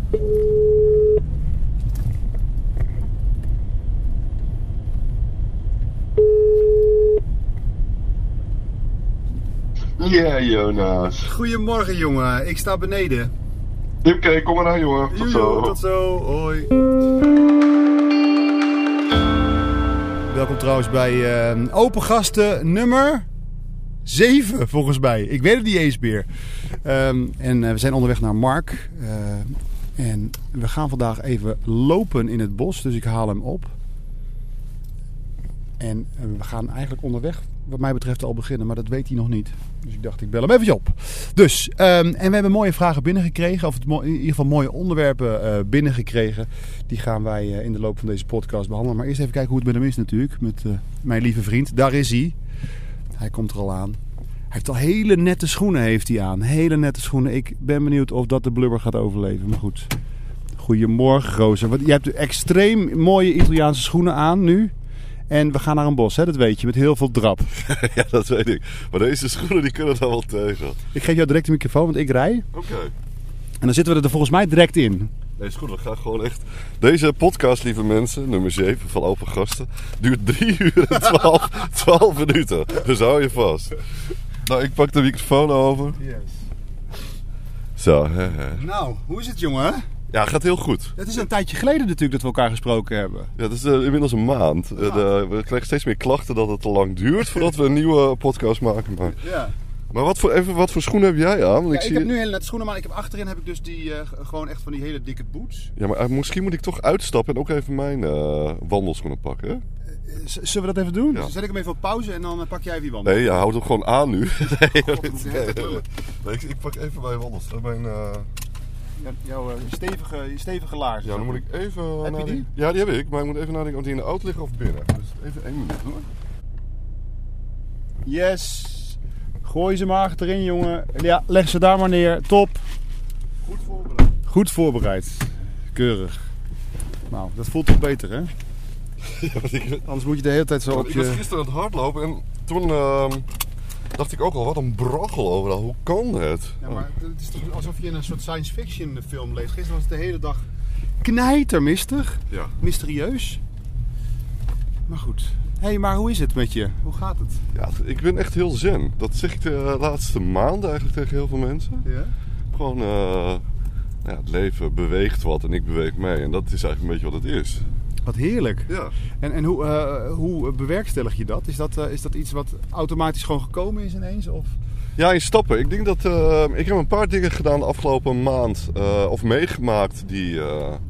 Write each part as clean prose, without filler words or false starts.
Ja, Jonas. Goedemorgen, jongen. Ik sta beneden. Oké, kom maar naar, jongen. Tot zo. Tot zo. Hoi. Welkom trouwens bij Open Gasten nummer 7, volgens mij. Ik weet het niet eens meer. We zijn onderweg naar Mark. En we gaan vandaag even lopen in het bos. Dus ik haal hem op. En we gaan eigenlijk onderweg, wat mij betreft, al beginnen. Maar dat weet hij nog niet. Dus ik dacht, ik bel hem even op. Dus, en we hebben mooie vragen binnengekregen. Of in ieder geval mooie onderwerpen binnengekregen. Die gaan wij in de loop van deze podcast behandelen. Maar eerst even kijken hoe het met hem is natuurlijk. Met mijn lieve vriend. Daar is hij. Hij komt er al aan. Hij heeft al hele nette schoenen heeft hij aan. Hele nette schoenen. Ik ben benieuwd of dat de blubber gaat overleven. Maar goed. Goedemorgen, gozer. Je hebt extreem mooie Italiaanse schoenen aan nu. En we gaan naar een bos, hè? Dat weet je, met heel veel drap. Ja, dat weet ik. Maar deze schoenen die kunnen daar wel tegen. Ik geef jou direct de microfoon, want ik rij. Oké. En dan zitten we er volgens mij direct in. Nee, is goed. We gaan gewoon echt... Deze podcast, lieve mensen, nummer 7 van Open Gasten, duurt 3 uur en 12 minuten. Dus hou je vast. Nou, ik pak de microfoon over. Yes. Zo, Nou, hoe is het, jongen? Ja, gaat heel goed. Het is een tijdje geleden natuurlijk dat we elkaar gesproken hebben. Ja, het is inmiddels een maand. We krijgen steeds meer klachten dat het te lang duurt voordat we een nieuwe podcast maken. Maar wat voor schoenen heb jij aan? Want ik heb nu hele nette schoenen, maar achterin heb ik dus die gewoon echt van die hele dikke boots. Ja, maar misschien moet ik toch uitstappen en ook even mijn wandelschoenen pakken, hè? Zullen we dat even doen? Ja. Zet ik hem even op pauze en dan pak jij even je wandel. Nee, houd hem gewoon aan nu. Ik pak even mijn wandelschoenen. Jouw stevige laars. Ja, dan moet ik even... Heb je die? Ja, die heb ik. Maar ik moet even nadenken of die in de auto liggen of binnen. Dus even 1 minuut hoor. Yes. Gooi ze maar achterin, jongen. Ja, leg ze daar maar neer. Top. Goed voorbereid. Keurig. Nou, dat voelt toch beter, hè? Ja, Anders moet je de hele tijd zo op je... Ik was gisteren aan het hardlopen en toen dacht ik ook al, wat een braggel overal. Hoe kan het? Ja, maar het is toch alsof je in een soort science fiction film leeft. Gisteren was het de hele dag knijtermistig. Ja. Mysterieus. Maar goed. Hé, maar hoe is het met je? Hoe gaat het? Ja, ik ben echt heel zen. Dat zeg ik de laatste maanden eigenlijk tegen heel veel mensen. Ja? Gewoon, het leven beweegt wat en ik beweeg mee. En dat is eigenlijk een beetje wat het is. Wat heerlijk. Ja. En hoe bewerkstellig je dat? Is dat iets wat automatisch gewoon gekomen is ineens? Of? Ja, in stappen. Ik denk dat... ik heb een paar dingen gedaan de afgelopen maand. Of meegemaakt die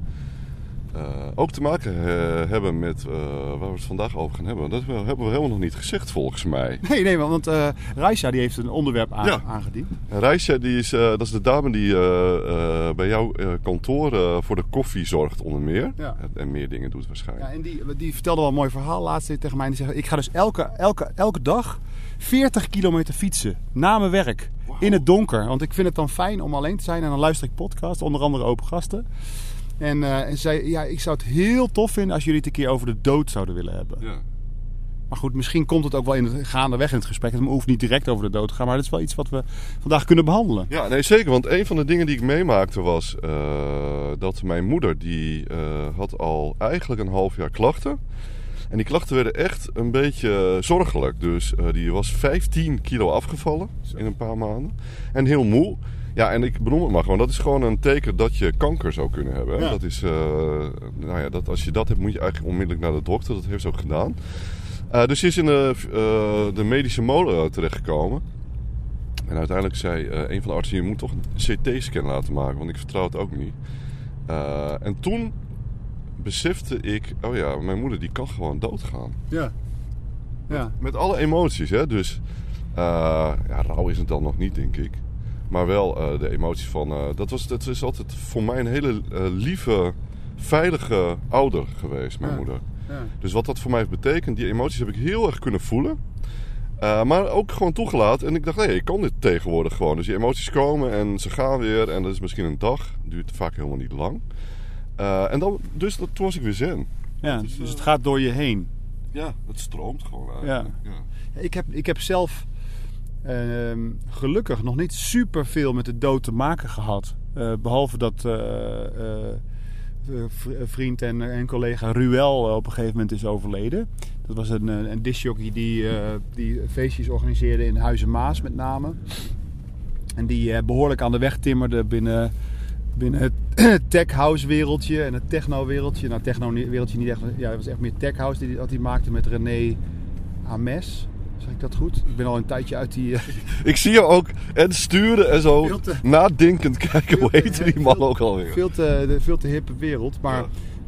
ook te maken hebben met waar we het vandaag over gaan hebben. Dat hebben we helemaal nog niet gezegd volgens mij. Nee, want Raisha die heeft een onderwerp aangediend. Raisha dat is de dame die bij jouw kantoor voor de koffie zorgt onder meer. Ja. En meer dingen doet waarschijnlijk. Ja, en die vertelde wel een mooi verhaal laatst tegen mij. Die zegt, ik ga dus elke dag 40 kilometer fietsen na mijn werk. Wow. In het donker. Want ik vind het dan fijn om alleen te zijn. En dan luister ik podcasts, onder andere Open Gasten. En zei, ja, ik zou het heel tof vinden als jullie het een keer over de dood zouden willen hebben. Ja. Maar goed, misschien komt het ook wel gaandeweg in het gesprek. Het hoeft niet direct over de dood te gaan. Maar dat is wel iets wat we vandaag kunnen behandelen. Ja, nee, zeker. Want een van de dingen die ik meemaakte was dat mijn moeder, die had al eigenlijk een half jaar klachten. En die klachten werden echt een beetje zorgelijk. Dus die was 15 kilo afgevallen in een paar maanden. En heel moe. Ja, en ik benoem het maar gewoon. Dat is gewoon een teken dat je kanker zou kunnen hebben. Hè? Ja. Dat is, als je dat hebt, moet je eigenlijk onmiddellijk naar de dokter. Dat heeft ze ook gedaan. Dus ze is in de medische molen terechtgekomen. En uiteindelijk zei een van de artsen, je moet toch een CT-scan laten maken. Want ik vertrouw het ook niet. En toen besefte ik, oh ja, mijn moeder die kan gewoon doodgaan. Ja. Met alle emoties, hè. Dus rouw is het dan nog niet, denk ik. Maar wel de emoties van... dat is altijd voor mij een hele lieve, veilige ouder geweest, mijn moeder. Ja. Dus wat dat voor mij heeft betekend, die emoties heb ik heel erg kunnen voelen. Maar ook gewoon toegelaten. En ik dacht, nee, ik kan dit tegenwoordig gewoon. Dus die emoties komen en ze gaan weer. En dat is misschien een dag. Duurt vaak helemaal niet lang. En dan, toen was ik weer zen. Ja, dus het gaat door je heen. Ja, het stroomt gewoon eigenlijk. Ja. Ik heb zelf... gelukkig nog niet super veel met de dood te maken gehad. Behalve dat vriend en collega Ruel op een gegeven moment is overleden. Dat was een discjockey die feestjes organiseerde in Huizen Maas met name. En die behoorlijk aan de weg timmerde binnen het tech-house wereldje en het techno-wereldje. Nou, techno-wereldje niet echt. Ja, het was echt meer tech-house dat hij maakte met René Ames. Zeg ik dat goed? Ik ben al een tijdje uit die... Ik zie je ook en sturen en zo nadenkend kijken. Hoe heette die man ook alweer? Veel te hippe wereld. Maar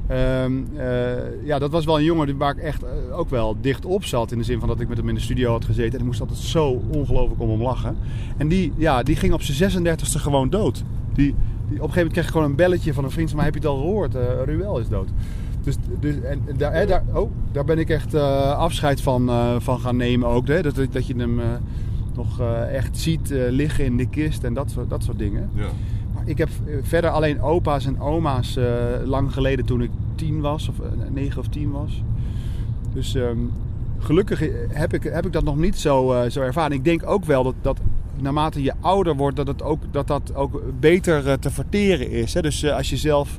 dat was wel een jongen waar ik echt ook wel dicht op zat. In de zin van dat ik met hem in de studio had gezeten. En ik moest altijd zo ongelooflijk om hem lachen. En die ging op zijn 36e gewoon dood. Op een gegeven moment kreeg ik gewoon een belletje van een vriend van mij. Heb je het al gehoord? Ruel is dood. Dus daar ben ik echt afscheid van gaan nemen ook. Hè? Dat je hem nog echt ziet liggen in de kist en dat soort dingen. Ja. Maar ik heb verder alleen opa's en oma's lang geleden toen ik 10 was. Of 9 of 10 was. Dus gelukkig heb ik dat nog niet zo ervaren. Ik denk ook wel dat naarmate je ouder wordt dat ook beter te verteren is. Hè? Dus als je zelf...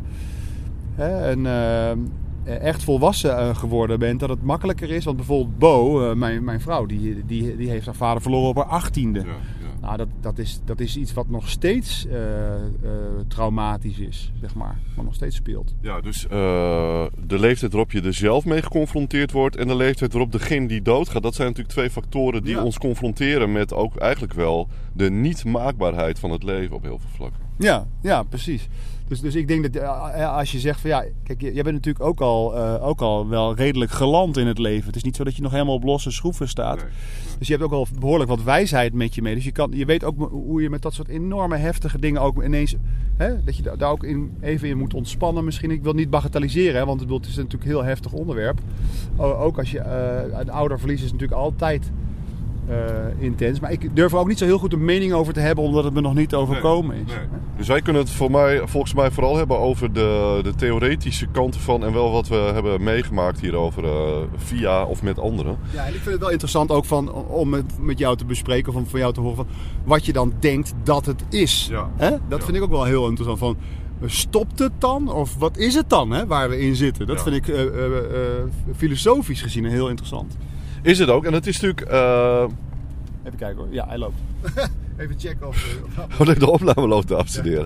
echt volwassen geworden bent, dat het makkelijker is. Want bijvoorbeeld Bo, mijn vrouw, die heeft haar vader verloren op haar 18e. Ja. Nou, dat is iets wat nog steeds traumatisch is, zeg maar. Wat nog steeds speelt. Ja, dus de leeftijd waarop je er zelf mee geconfronteerd wordt en de leeftijd waarop degene die doodgaat, dat zijn natuurlijk 2 factoren die ons confronteren met ook eigenlijk wel de niet-maakbaarheid van het leven op heel veel vlakken. Ja, precies. Dus ik denk dat als je zegt van ja, kijk, jij bent natuurlijk ook al wel redelijk geland in het leven. Het is niet zo dat je nog helemaal op losse schroeven staat. Nee. Dus je hebt ook al behoorlijk wat wijsheid met je mee. Dus je weet ook hoe je met dat soort enorme heftige dingen ook ineens... dat je daar ook even in moet ontspannen misschien. Ik wil niet bagatelliseren, want het is natuurlijk een heel heftig onderwerp. Ook als je een ouder verliest is natuurlijk altijd... intens. Maar ik durf er ook niet zo heel goed een mening over te hebben, omdat het me nog niet overkomen is. Nee. Dus wij kunnen het volgens mij vooral hebben over de theoretische kanten van en wel wat we hebben meegemaakt hierover via of met anderen. Ja, en ik vind het wel interessant ook om het met jou te bespreken of om van jou te horen van wat je dan denkt dat het is. Ja. Dat vind ik ook wel heel interessant. Van, stopt het dan? Of wat is het dan waar we in zitten? Dat vind ik filosofisch gezien heel interessant. Is het ook. En het is natuurlijk... Even kijken hoor. Ja, hij loopt. Even checken of... de opname loopt te afstuderen.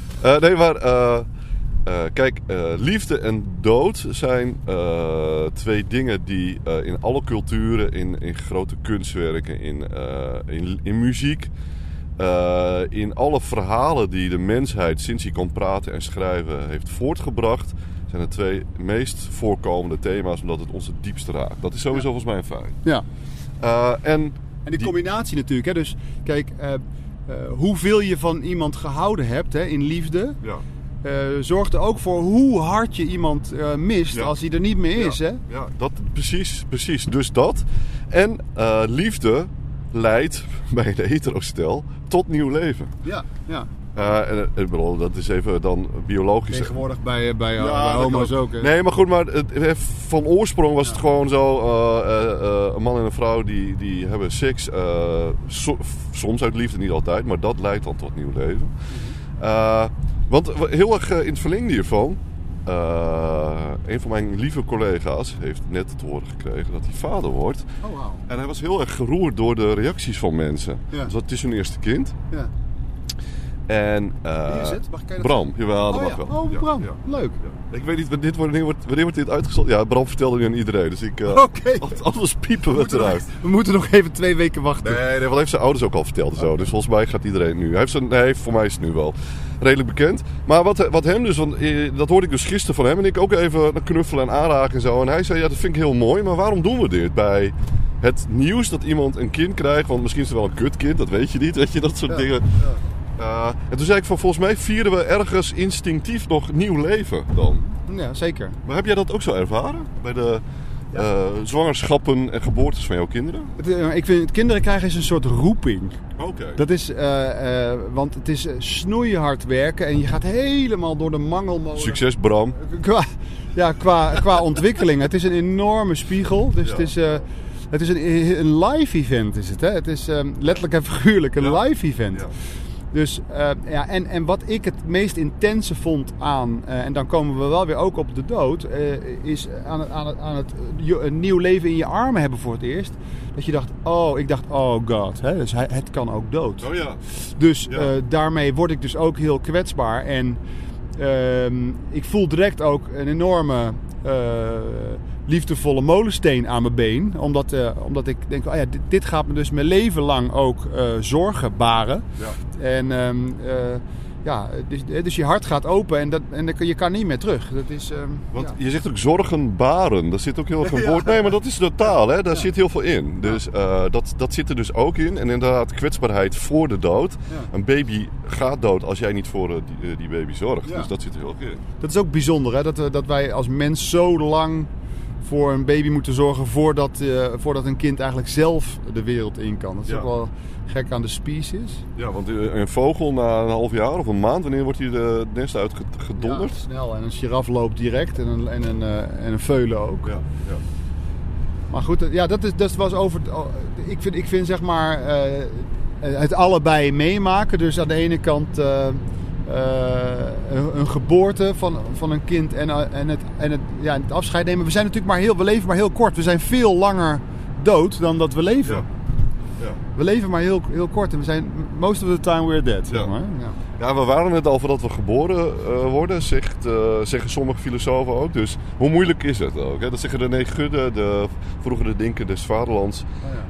Kijk, liefde en dood zijn 2 dingen die in alle culturen, in grote kunstwerken, in muziek, in alle verhalen die de mensheid sinds hij kon praten en schrijven heeft voortgebracht, zijn de 2 meest voorkomende thema's, omdat het ons het diepste raakt. Dat is sowieso volgens mij een feit. Ja. En die combinatie natuurlijk. Hè? Dus kijk, hoeveel je van iemand gehouden hebt in liefde... Ja. Zorgt er ook voor hoe hard je iemand mist als hij er niet meer is. Hè? Ja, dat, precies. Dus dat. En liefde leidt bij een hetero-stel tot nieuw leven. Ja. En ik bedoel, dat is even dan biologisch. Tegenwoordig bij homo's ook. Hè? Nee, maar goed, maar van oorsprong was het gewoon zo. Een man en een vrouw die hebben seks. Soms uit liefde, niet altijd. Maar dat leidt dan tot nieuw leven. Want heel erg in het verlengde hiervan. Een van mijn lieve collega's heeft net te horen gekregen dat hij vader wordt. Oh, wow. En hij was heel erg geroerd door de reacties van mensen. Ja. Dus het is hun eerste kind. Ja. En wie is het? Bram, jawel, dat mag wel. Oh, Bram, leuk. Ja. Ik weet niet, wanneer wordt dit uitgezonden? Ja, Bram vertelde nu aan iedereen, dus anders piepen we het eruit. We moeten nog even 2 weken wachten. Nee, want heeft zijn ouders ook al verteld en zo. Dus volgens mij gaat iedereen nu. Voor mij is het nu wel redelijk bekend. Maar wat hem dus, want dat hoorde ik dus gisteren van hem en ik ook even knuffelen en aanraken en zo. En hij zei, ja, dat vind ik heel mooi, maar waarom doen we dit? Bij het nieuws dat iemand een kind krijgt, want misschien is het wel een kutkind, dat weet je niet, weet je, dat soort dingen. Ja. En toen zei ik van, volgens mij vieren we ergens instinctief nog nieuw leven dan. Ja, zeker. Maar heb jij dat ook zo ervaren? Bij de zwangerschappen en geboortes van jouw kinderen? Ik vind, kinderen krijgen is een soort roeping. Okay. Dat is, want het is snoeihard werken en je gaat helemaal door de mangelmolen. Succes, Bram. Qua ontwikkeling. Het is een enorme spiegel. Dus het is... Het is een live event is het. Hè? Het is letterlijk en figuurlijk een live event. Ja. Dus en wat ik het meest intense vond aan, en dan komen we wel weer ook op de dood, is aan het een nieuw leven in je armen hebben voor het eerst. Dat je dacht, oh god, hè? Dus het kan ook dood. Oh ja. Dus daarmee word ik dus ook heel kwetsbaar. En ik voel direct ook een enorme liefdevolle molensteen aan mijn been. Omdat ik denk, dit gaat me dus mijn leven lang ook zorgen baren. Ja. En dus je hart gaat open en je kan niet meer terug. Dat is, Want je zegt ook zorgen baren. Daar zit ook heel erg een woord. Nee, maar dat is totaal. Hè? Daar zit heel veel in. Dus dat zit er dus ook in. En inderdaad kwetsbaarheid voor de dood. Ja. Een baby gaat dood als jij niet voor die baby zorgt. Ja. Dus dat zit er heel erg in. Dat is ook bijzonder, hè? Dat wij als mens zo lang voor een baby moeten zorgen voordat een kind eigenlijk zelf de wereld in kan. Dat is ook wel gek aan de species. Ja, want een vogel na een half jaar of een maand, wanneer wordt hij de nest uitgedonderd? Ja, snel. En een giraf loopt direct en een veulen ook. Ja. Maar goed, dat was over. Ik vind zeg maar het allebei meemaken. Dus aan de ene kant een geboorte van een kind en het afscheid nemen. We zijn natuurlijk we leven maar heel kort. We zijn veel langer dood dan dat we leven. Ja. Ja. We leven maar heel, heel kort en we zijn most of the time we're dead. Ja. Zeg maar. Ja, we waren het al voordat we geboren worden, zeggen sommige filosofen ook. Dus hoe moeilijk is het ook? Hè? Dat zeggen René Gudde, de vroegere denker des vaderlands.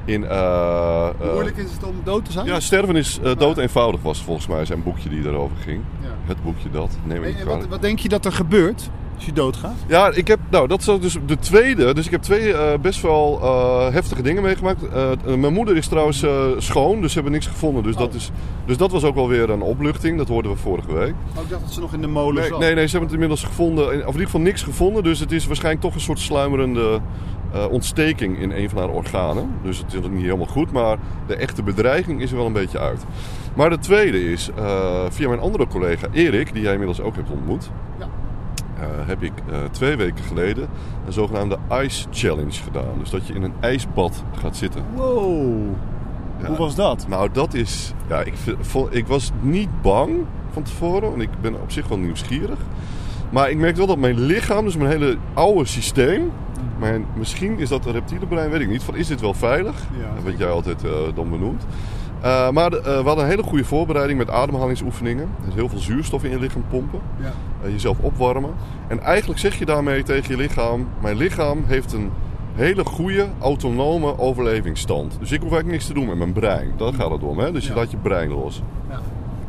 Hoe moeilijk is het om dood te zijn? Ja, sterven is dood eenvoudig was volgens mij zijn boekje die daarover ging. Ja. Het boekje dat. Wat denk je dat er gebeurt als je doodgaat? Ja, dat is dus de tweede. Dus ik heb twee best wel heftige dingen meegemaakt. Mijn moeder is trouwens schoon, dus ze hebben niks gevonden. Dus dat was ook wel weer een opluchting. Dat hoorden we vorige week. Oh, ik dacht dat ze nog in de molen zat. Nee, ze hebben het inmiddels gevonden. Of in ieder geval niks gevonden. Dus het is waarschijnlijk toch een soort sluimerende ontsteking in een van haar organen. Dus het is nog niet helemaal goed. Maar de echte bedreiging is er wel een beetje uit. Maar de tweede is, via mijn andere collega Erik, die jij inmiddels ook hebt ontmoet. Ja. Heb ik 2 weken geleden een zogenaamde Ice Challenge gedaan. Dus dat je in een ijsbad gaat zitten. Wow. Ja. Hoe was dat? Nou, dat is... Ja, ik was niet bang van tevoren. Want ik ben op zich wel nieuwsgierig. Maar ik merkte wel dat mijn lichaam, dus mijn hele oude systeem... misschien is dat een reptiele brein, weet ik niet. Van, is dit wel veilig? Ja, wat jij altijd dan benoemt. Maar we hadden een hele goede voorbereiding met ademhalingsoefeningen. Dus heel veel zuurstof in je lichaam pompen. Ja. Jezelf opwarmen. En eigenlijk zeg je daarmee tegen je lichaam... Mijn lichaam heeft een hele goede autonome overlevingsstand. Dus ik hoef eigenlijk niks te doen met mijn brein. Daar gaat het om. Hè? Dus je laat je brein los. Ja.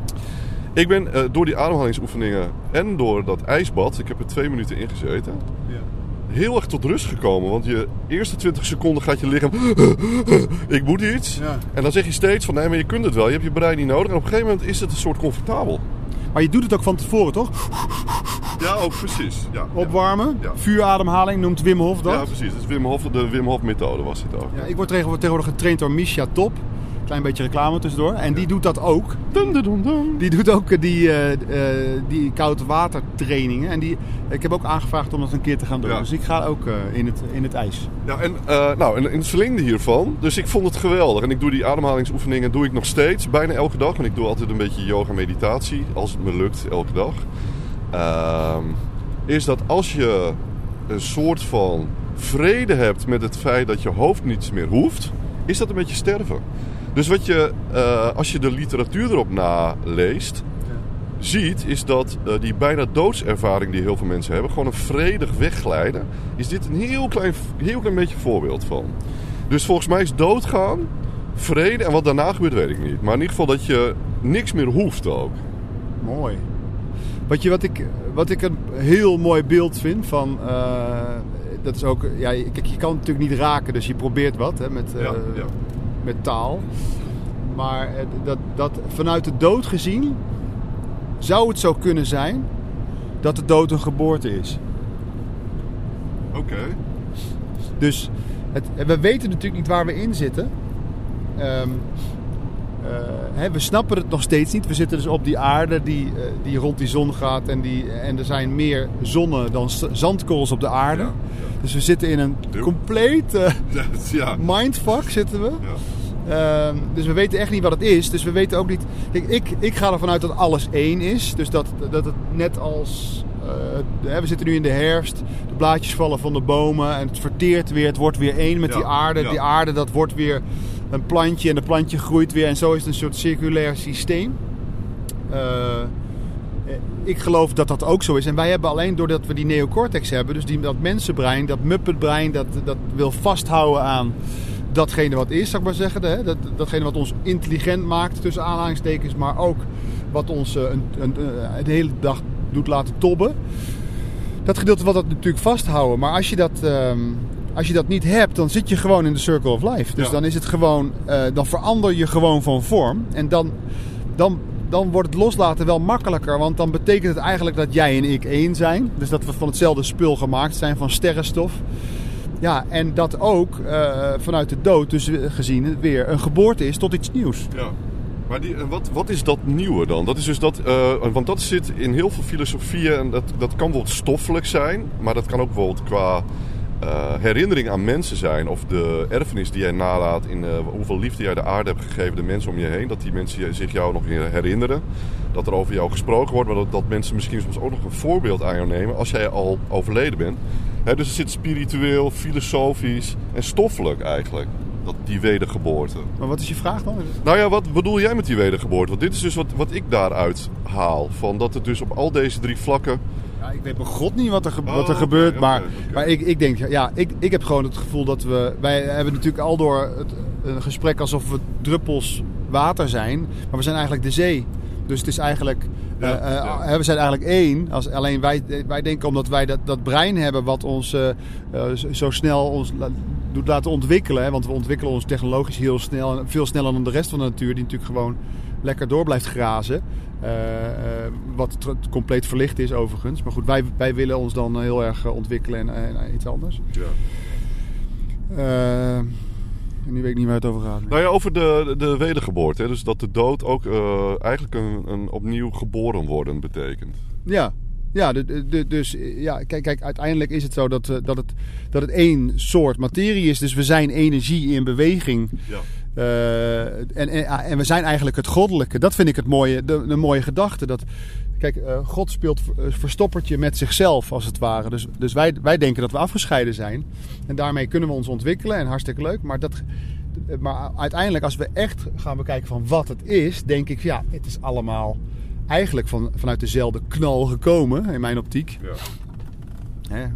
Ik ben door die ademhalingsoefeningen en door dat ijsbad... Ik heb er 2 minuten in gezeten... Ja. Heel erg tot rust gekomen. Want je eerste 20 seconden gaat je lichaam... ik moet iets. Ja. En dan zeg je steeds van... Nee, maar je kunt het wel. Je hebt je brein niet nodig. En op een gegeven moment is het een soort comfortabel. Maar je doet het ook van tevoren, toch? Ja, ook precies. Ja, opwarmen. Ja. Vuurademhaling noemt Wim Hof dat. Ja, precies. Dus de Wim Hof methode was het ook. Ja, ik word tegenwoordig getraind door Misha Top. Klein beetje reclame tussendoor. En die doet dat ook. Die doet ook die koud water trainingen. En ik heb ook aangevraagd om dat een keer te gaan doen. Ja. Dus ik ga ook in het ijs. Ja, en in het verlengde hiervan. Dus ik vond het geweldig. En ik doe die ademhalingsoefeningen doe ik nog steeds. Bijna elke dag. Want ik doe altijd een beetje yoga meditatie. Als het me lukt, elke dag. Is dat als je een soort van vrede hebt met het feit dat je hoofd niets meer hoeft. Is dat een beetje sterven. Dus als je de literatuur erop naleest, ziet, is dat die bijna doodservaring die heel veel mensen hebben, gewoon een vredig wegglijden, is dit een heel klein beetje voorbeeld van. Dus volgens mij is doodgaan, vrede en wat daarna gebeurt weet ik niet. Maar in ieder geval dat je niks meer hoeft ook. Mooi. Wat ik een heel mooi beeld vind van... dat is ook... Ja, kijk, je kan het natuurlijk niet raken, dus je probeert wat hè, met taal. Maar dat vanuit de dood gezien... zou het zo kunnen zijn... dat de dood een geboorte is. Oké. Dus we weten natuurlijk niet waar we in zitten. we snappen het nog steeds niet. We zitten dus op die aarde die rond die zon gaat. En er zijn meer zonnen dan zandkorrels op de aarde. Ja. Dus we zitten in een complete mindfuck zitten we. Ja. Dus we weten echt niet wat het is. Dus we weten ook niet... Kijk, ik ga ervan uit dat alles één is. Dus dat het net als... we zitten nu in de herfst. De blaadjes vallen van de bomen. En het verteert weer. Het wordt weer één met die aarde. Ja. Die aarde, dat wordt weer een plantje. En het plantje groeit weer. En zo is het een soort circulair systeem. Ik geloof dat dat ook zo is. En wij hebben alleen doordat we die neocortex hebben. Dus dat mensenbrein, dat muppetbrein. Dat wil vasthouden aan datgene wat is, zou ik maar zeggen. Datgene wat ons intelligent maakt, tussen aanhalingstekens. Maar ook wat ons de hele dag doet laten tobben. Dat gedeelte wil dat natuurlijk vasthouden. Maar als je dat niet hebt, dan zit je gewoon in de circle of life. Dus dan is het gewoon... dan verander je gewoon van vorm. En dan wordt het loslaten wel makkelijker. Want dan betekent het eigenlijk dat jij en ik één zijn. Dus dat we van hetzelfde spul gemaakt zijn, van sterrenstof. Ja, en dat ook vanuit de dood dus gezien weer een geboorte is tot iets nieuws. Ja. Maar wat is dat nieuwe dan? Dat is dus dat, want dat zit in heel veel filosofieën. En dat kan bijvoorbeeld stoffelijk zijn. Maar dat kan ook bijvoorbeeld qua herinnering aan mensen zijn. Of de erfenis die jij nalaat in hoeveel liefde jij de aarde hebt gegeven. De mensen om je heen. Dat die mensen zich jou nog herinneren. Dat er over jou gesproken wordt. Maar dat mensen misschien soms ook nog een voorbeeld aan jou nemen. Als jij al overleden bent. Dus het zit spiritueel, filosofisch en stoffelijk eigenlijk. Die wedergeboorte. Maar wat is je vraag dan? Nou ja, wat bedoel jij met die wedergeboorte? Want dit is dus wat ik daaruit haal. Van dat het dus op al deze 3 vlakken... Ja, ik weet bij God niet wat er gebeurt. Okay. Maar ik denk, ik heb gewoon het gevoel dat wij hebben natuurlijk al door een gesprek alsof we druppels water zijn. Maar we zijn eigenlijk de zee. Dus het is eigenlijk... we zijn eigenlijk één. Alleen wij denken omdat wij dat brein hebben wat ons zo snel ons doet laten ontwikkelen. Hè, want we ontwikkelen ons technologisch heel snel. En veel sneller dan de rest van de natuur. Die natuurlijk gewoon lekker door blijft grazen. Wat compleet verlicht is overigens. Maar goed, wij willen ons dan heel erg ontwikkelen en iets anders. Ja. En nu weet ik niet waar het over gaat. Nou ja, over de wedergeboorte. Hè? Dus dat de dood ook eigenlijk een opnieuw geboren worden betekent. Ja, dus kijk, uiteindelijk is het zo dat het één soort materie is. Dus we zijn energie in beweging. Ja. En we zijn eigenlijk het goddelijke. Dat vind ik het mooie, de mooie gedachte. Kijk, God speelt verstoppertje met zichzelf, als het ware. Dus wij denken dat we afgescheiden zijn. En daarmee kunnen we ons ontwikkelen. En hartstikke leuk. Maar uiteindelijk, als we echt gaan bekijken van wat het is, denk ik, ja, het is allemaal eigenlijk vanuit dezelfde knal gekomen, in mijn optiek. Ja.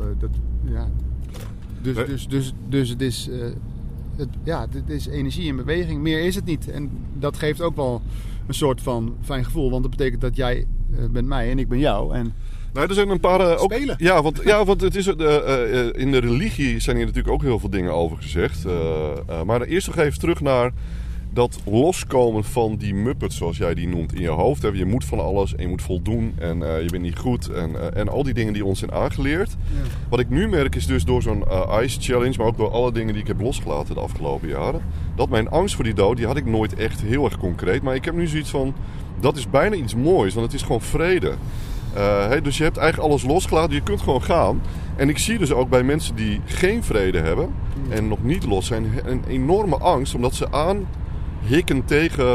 Dus het is... dit is energie in beweging. Meer is het niet. En dat geeft ook wel een soort van fijn gevoel. Want dat betekent dat jij bent mij en ik ben jou. En nou, er zijn een paar... spelen. Want het is, in de religie zijn hier natuurlijk ook heel veel dingen over gezegd. Maar eerst nog even terug naar dat loskomen van die muppet, zoals jij die noemt, in je hoofd. Je moet van alles en je moet voldoen en je bent niet goed. En al die dingen die ons zijn aangeleerd. Ja. Wat ik nu merk is dus door zo'n Ice Challenge, maar ook door alle dingen die ik heb losgelaten de afgelopen jaren, dat mijn angst voor die dood, die had ik nooit echt heel erg concreet. Maar ik heb nu zoiets van, dat is bijna iets moois, want het is gewoon vrede. Dus je hebt eigenlijk alles losgelaten, je kunt gewoon gaan. En ik zie dus ook bij mensen die geen vrede hebben en nog niet los zijn, een enorme angst, omdat ze hikken tegen,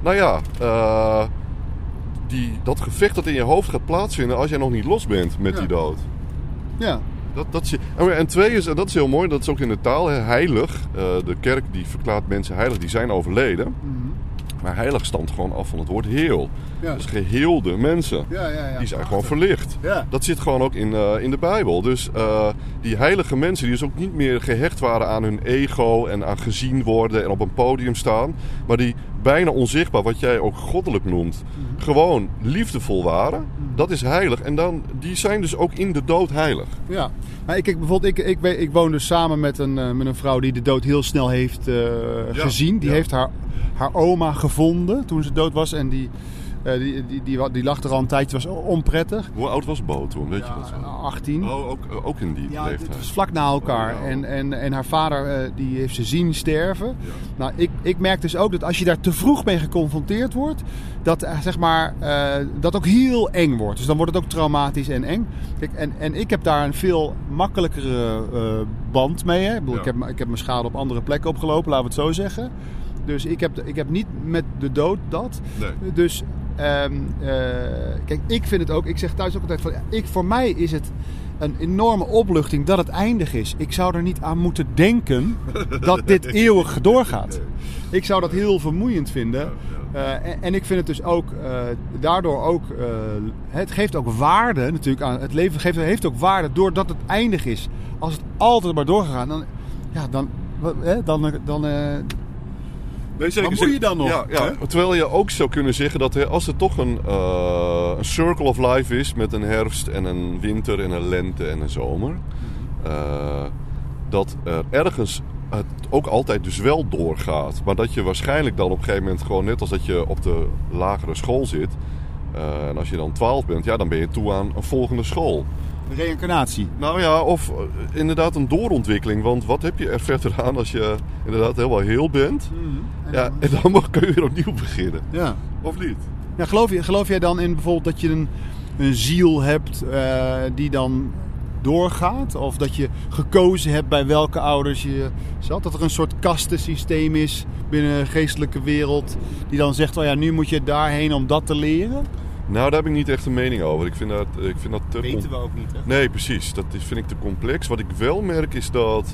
dat gevecht dat in je hoofd gaat plaatsvinden als jij nog niet los bent met die dood. Ja. En twee is, en dat is heel mooi, dat is ook in de taal, heilig. De kerk die verklaart mensen heilig, die zijn overleden. Mm-hmm. Maar heilig stamt gewoon af van het woord heel. Ja. Dus geheelde mensen, die zijn gewoon verlicht. Ja. Dat zit gewoon ook in de Bijbel. Dus die heilige mensen die dus ook niet meer gehecht waren aan hun ego en aan gezien worden en op een podium staan. Maar die bijna onzichtbaar, wat jij ook goddelijk noemt, gewoon liefdevol waren. Dat is heilig. En dan, die zijn dus ook in de dood heilig. Ja, maar ik woon dus samen met een vrouw die de dood heel snel heeft gezien. Die heeft haar oma gevonden toen ze dood was. En Die lag er al een tijdje, was onprettig. Hoe oud was Bo toen? Weet je dat zo? 18. Oh, ook in die leeftijd. Het was vlak na elkaar. Oh, wow. En haar vader die heeft ze zien sterven. Ja. Nou, ik merk dus ook dat als je daar te vroeg mee geconfronteerd wordt, dat zeg maar dat ook heel eng wordt. Dus dan wordt het ook traumatisch en eng. Kijk, en ik heb daar een veel makkelijkere band mee. Hè? Ik bedoel, ik heb mijn schade op andere plekken opgelopen, laten we het zo zeggen. Dus ik heb niet met de dood dat. Nee. Dus kijk, ik vind het ook. Ik zeg thuis ook altijd van, voor mij is het een enorme opluchting dat het eindig is. Ik zou er niet aan moeten denken dat dit eeuwig doorgaat. Nee. Ik zou dat heel vermoeiend vinden. En ik vind het dus ook daardoor ook. Het geeft ook waarde natuurlijk aan het leven. Heeft ook waarde doordat het eindig is. Als het altijd maar doorgaat, dan Nee, zeker. Wat moet je dan nog? Ja. Terwijl je ook zou kunnen zeggen dat als er toch een circle of life is met een herfst en een winter en een lente en een zomer, dat er ergens het ook altijd dus wel doorgaat. Maar dat je waarschijnlijk dan op een gegeven moment gewoon net als dat je op de lagere school zit, en als je dan 12 bent, dan ben je toe aan een volgende school. Reïncarnatie. Nou ja, of inderdaad een doorontwikkeling. Want wat heb je er verder aan als je inderdaad helemaal heel bent? En dan kun je weer opnieuw beginnen. Ja. Of niet? Ja, geloof jij dan in bijvoorbeeld dat je een ziel hebt die dan doorgaat? Of dat je gekozen hebt bij welke ouders je zat? Dat er een soort kastensysteem is binnen de geestelijke wereld die dan zegt, nu moet je daarheen om dat te leren? Nou, daar heb ik niet echt een mening over. Ik vind dat te... Weten we ook niet, hè? Nee, precies. Dat vind ik te complex. Wat ik wel merk is dat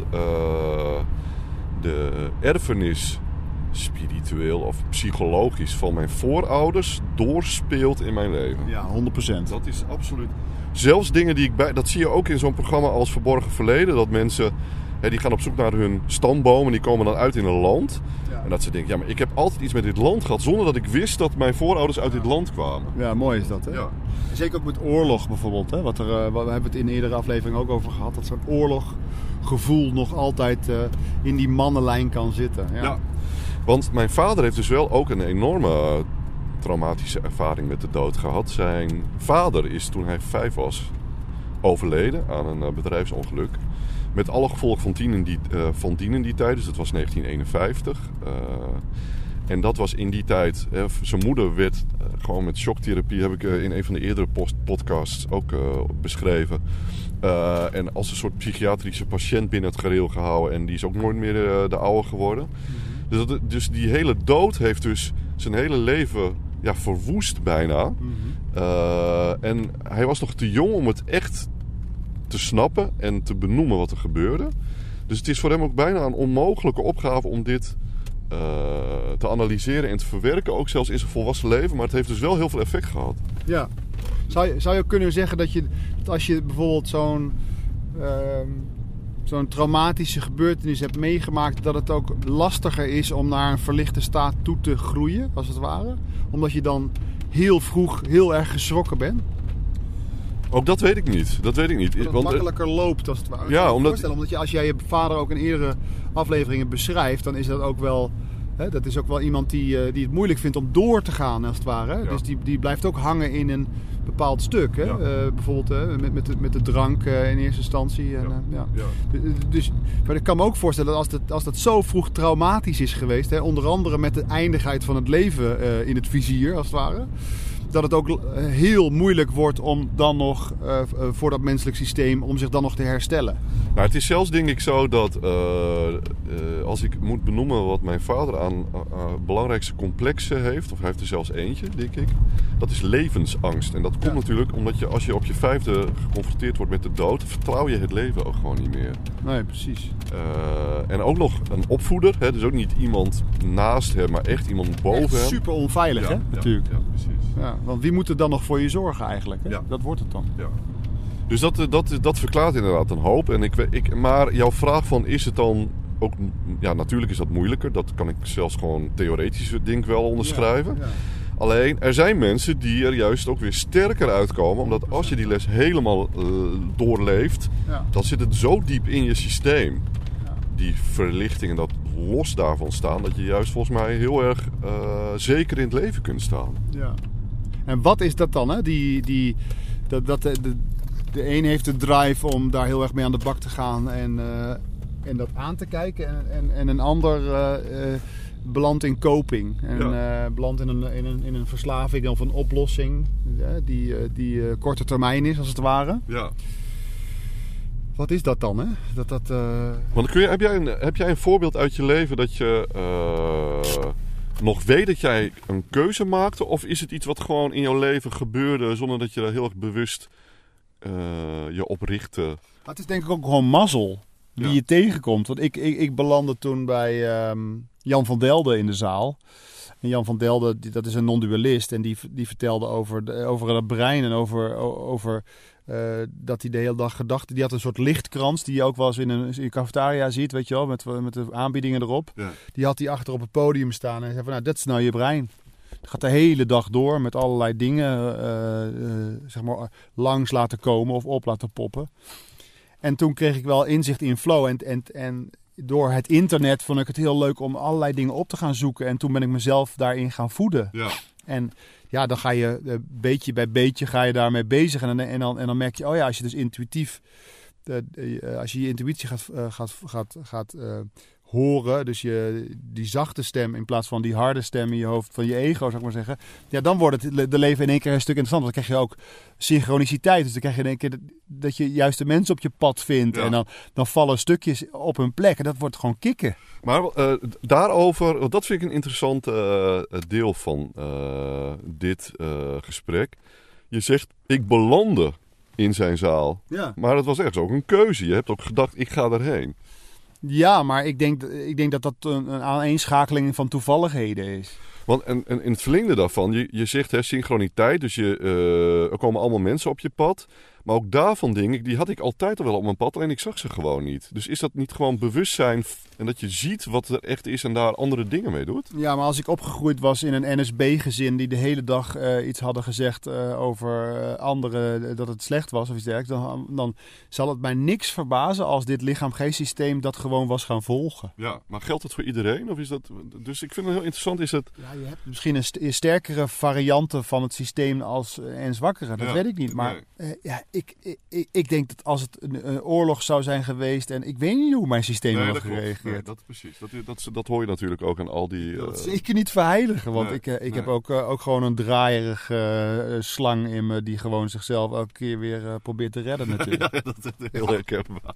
de erfenis spiritueel of psychologisch van mijn voorouders doorspeelt in mijn leven. Ja, 100%. Dat is absoluut... Zelfs dingen die dat zie je ook in zo'n programma als Verborgen Verleden. Dat mensen, die gaan op zoek naar hun stamboom en die komen dan uit in een land. Ja. En dat ze denken, maar ik heb altijd iets met dit land gehad zonder dat ik wist dat mijn voorouders uit dit land kwamen. Ja, mooi is dat, hè? Ja. Zeker ook met oorlog bijvoorbeeld, hè? We hebben het in een eerdere aflevering ook over gehad. Dat zo'n oorloggevoel nog altijd in die mannenlijn kan zitten. Ja. Want mijn vader heeft dus wel ook een enorme traumatische ervaring met de dood gehad. Zijn vader is toen hij 5 was overleden aan een bedrijfsongeluk. Met alle gevolgen van dien in die tijd. Dus dat was 1951. En dat was in die tijd... zijn moeder werd gewoon met shocktherapie... heb ik in een van de eerdere podcasts ook beschreven. En als een soort psychiatrische patiënt binnen het gareel gehouden. En die is ook nooit meer de oude geworden. Mm-hmm. Dus die hele dood heeft dus zijn hele leven verwoest bijna. Mm-hmm. En hij was nog te jong om het echt te snappen en te benoemen wat er gebeurde. Dus het is voor hem ook bijna een onmogelijke opgave om dit te analyseren en te verwerken. Ook zelfs in zijn volwassen leven. Maar het heeft dus wel heel veel effect gehad. Ja. Zou je kunnen zeggen dat als je bijvoorbeeld zo'n traumatische gebeurtenis hebt meegemaakt, dat het ook lastiger is om naar een verlichte staat toe te groeien, als het ware? Omdat je dan heel vroeg heel erg geschrokken bent? Ook dat weet ik niet. Dat het makkelijker loopt, als het ware. Ja, omdat als jij je vader ook in eerdere afleveringen beschrijft, dan is dat ook wel... dat is ook wel iemand die het moeilijk vindt om door te gaan, als het ware. Ja. Dus die blijft ook hangen in een bepaald stuk. Hè? Ja. Bijvoorbeeld met de drank in eerste instantie. En, Dus, maar ik kan me ook voorstellen dat als dat zo vroeg traumatisch is geweest... onder andere met de eindigheid van het leven in het vizier, als het ware... dat het ook heel moeilijk wordt om dan nog voor dat menselijk systeem om zich dan nog te herstellen. Nou, het is zelfs denk ik zo dat als ik moet benoemen wat mijn vader aan belangrijkste complexen heeft, of hij heeft er zelfs eentje, denk ik, dat is levensangst. En dat komt natuurlijk omdat als je op je 5e geconfronteerd wordt met de dood, vertrouw je het leven ook gewoon niet meer. Nee, precies. En ook nog een opvoeder, hè? Dus ook niet iemand naast hem, maar echt iemand boven hem. Super onveilig, hè? Natuurlijk. Ja, precies. Ja, want wie moet er dan nog voor je zorgen eigenlijk? Hè? Ja. Dat wordt het dan. Ja. Dus dat verklaart inderdaad een hoop. Maar jouw vraag van is het dan ook... Ja, natuurlijk is dat moeilijker. Dat kan ik zelfs gewoon theoretisch denk wel onderschrijven. Ja, ja. Alleen, er zijn mensen die er juist ook weer sterker uitkomen. Omdat als je die les helemaal doorleeft... dan zit het zo diep in je systeem. Ja. Die verlichting en dat los daarvan staan... dat je juist volgens mij heel erg zeker in het leven kunt staan. Ja. En wat is dat dan? Hè? De een heeft de drive om daar heel erg mee aan de bak te gaan en dat aan te kijken. En een ander belandt in coping. En belandt in een verslaving of een oplossing die korte termijn is, als het ware. Ja. Wat is dat dan? Hè? Want heb jij een voorbeeld uit je leven dat je nog weet dat jij een keuze maakte? Of is het iets wat gewoon in jouw leven gebeurde zonder dat je daar heel erg bewust je op richtte? Het is denk ik ook gewoon mazzel die je tegenkomt. Want ik belandde toen bij Jan van Delden in de zaal. En Jan van Delden, dat is een non-dualist. En die vertelde over het brein en over dat hij de hele dag gedachten. Die had een soort lichtkrans die je ook wel eens in een cafetaria ziet, weet je wel, met de aanbiedingen erop. Ja. Die had hij achter op het podium staan en zei van, nou, dat is nou je brein. Het gaat de hele dag door met allerlei dingen zeg maar langs laten komen of op laten poppen. En toen kreeg ik wel inzicht in flow en door het internet vond ik het heel leuk om allerlei dingen op te gaan zoeken. En toen ben ik mezelf daarin gaan voeden. Ja. En ja, dan ga je beetje bij beetje ga je daarmee bezig. En dan merk je, oh ja, als je dus intuïtief, als je intuïtie gaat horen, dus die zachte stem in plaats van die harde stem in je hoofd van je ego, zou ik maar zeggen. Ja, dan wordt het de leven in één keer een stuk interessant. Want dan krijg je ook synchroniciteit. Dus dan krijg je in één keer dat je juist de mensen op je pad vindt. Ja. En dan vallen stukjes op hun plek. En dat wordt gewoon kicken. Maar daarover, want dat vind ik een interessant deel van dit gesprek. Je zegt, ik belandde in zijn zaal. Ja. Maar het was echt ook een keuze. Je hebt ook gedacht, ik ga erheen. Ja, maar ik denk dat dat een aaneenschakeling van toevalligheden is. Want en in het verlengde daarvan, je zegt synchroniteit, dus er komen allemaal mensen op je pad. Maar ook daarvan dingen, die had ik altijd al wel op mijn pad, alleen ik zag ze gewoon niet. Dus is dat niet gewoon bewustzijn en dat je ziet wat er echt is en daar andere dingen mee doet? Ja, maar als ik opgegroeid was in een NSB-gezin die de hele dag iets hadden gezegd over anderen, dat het slecht was of iets dergelijks, dan zal het mij niks verbazen als dit lichaam-geestsysteem dat gewoon was gaan volgen. Ja, maar geldt het voor iedereen? Of is dat, dus ik vind het heel interessant, is het... Ja, je hebt misschien een sterkere varianten van het systeem en zwakkere, dat weet ik niet. Maar ik denk dat als het een oorlog zou zijn geweest en ik weet niet hoe mijn systeem had gereageerd. Nee, dat precies. Dat hoor je natuurlijk ook aan al die... Dat zeker niet verheiligen, want ik heb ook gewoon een draaierige slang in me die gewoon zichzelf elke keer weer probeert te redden natuurlijk. Ja, dat is heel herkenbaar.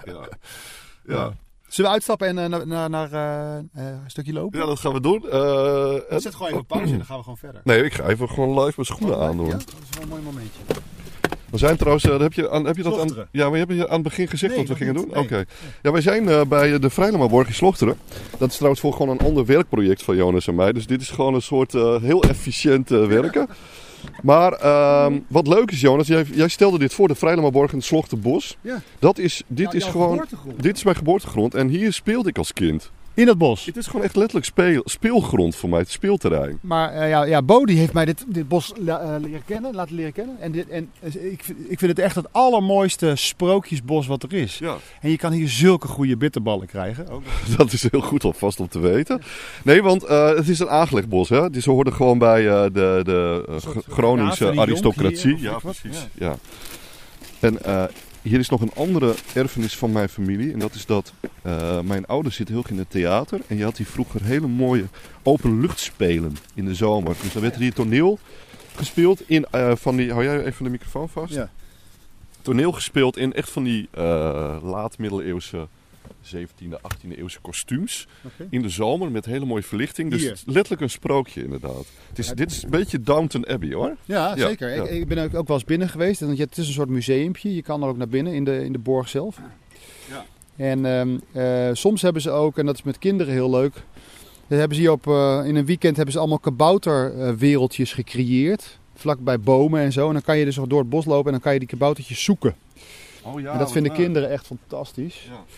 Ja. Zullen we uitstappen en naar een stukje lopen? Ja, dat gaan we doen. Zet gewoon even pauze en dan gaan we gewoon verder. Nee, ik ga even gewoon live mijn schoenen aandoen. Ja, dat is wel een mooi momentje. We zijn trouwens, heb je dat aan... Ja, maar heb je aan het begin gezegd wat we gingen doen? Nee. Oké. Ja, wij zijn bij de Vrijlemaborg in Slochteren. Dat is trouwens voor gewoon een ander werkproject van Jonas en mij. Dus dit is gewoon een soort heel efficiënt werken. Maar wat leuk is, Jonas, jij stelde dit voor, de Vrijlemaborg in het Slochterbos. Ja. Dit is gewoon... Dit is mijn geboortegrond en hier speelde ik als kind. In dat bos? Het is gewoon echt letterlijk speelgrond voor mij, het speelterrein. Maar Bo die heeft mij dit bos laten leren kennen. En ik vind het echt het allermooiste sprookjesbos wat er is. Ja. En je kan hier zulke goede bitterballen krijgen. Ook. Dat is heel goed alvast om te weten. Nee, want het is een aangelegd bos. Hè? Dus ze hoorden gewoon bij de Groningse aristocratie. Ja, precies. Ja. En... hier is nog een andere erfenis van mijn familie. En dat is dat mijn ouders zitten heel erg in het theater. En je had hier vroeger hele mooie openluchtspelen in de zomer. Dus dan werd er hier toneel gespeeld in van die... Hou jij even de microfoon vast? Ja. Toneel gespeeld in echt van die laat-middeleeuwse 17e, 18e eeuwse kostuums. Okay. In de zomer met hele mooie verlichting. Dus letterlijk een sprookje inderdaad. Dit is een beetje Downton Abbey hoor. Ja, zeker. Ja. Ik ben ook wel eens binnen geweest. En het is een soort museumpje. Je kan er ook naar binnen in de borg zelf. Ja. En soms hebben ze ook, en dat is met kinderen heel leuk... hebben ze hier in een weekend hebben ze allemaal kabouterwereldjes gecreëerd. Vlak bij bomen en zo. En dan kan je dus door het bos lopen en dan kan je die kaboutertjes zoeken. Oh ja, en dat vinden kinderen echt fantastisch. Ja.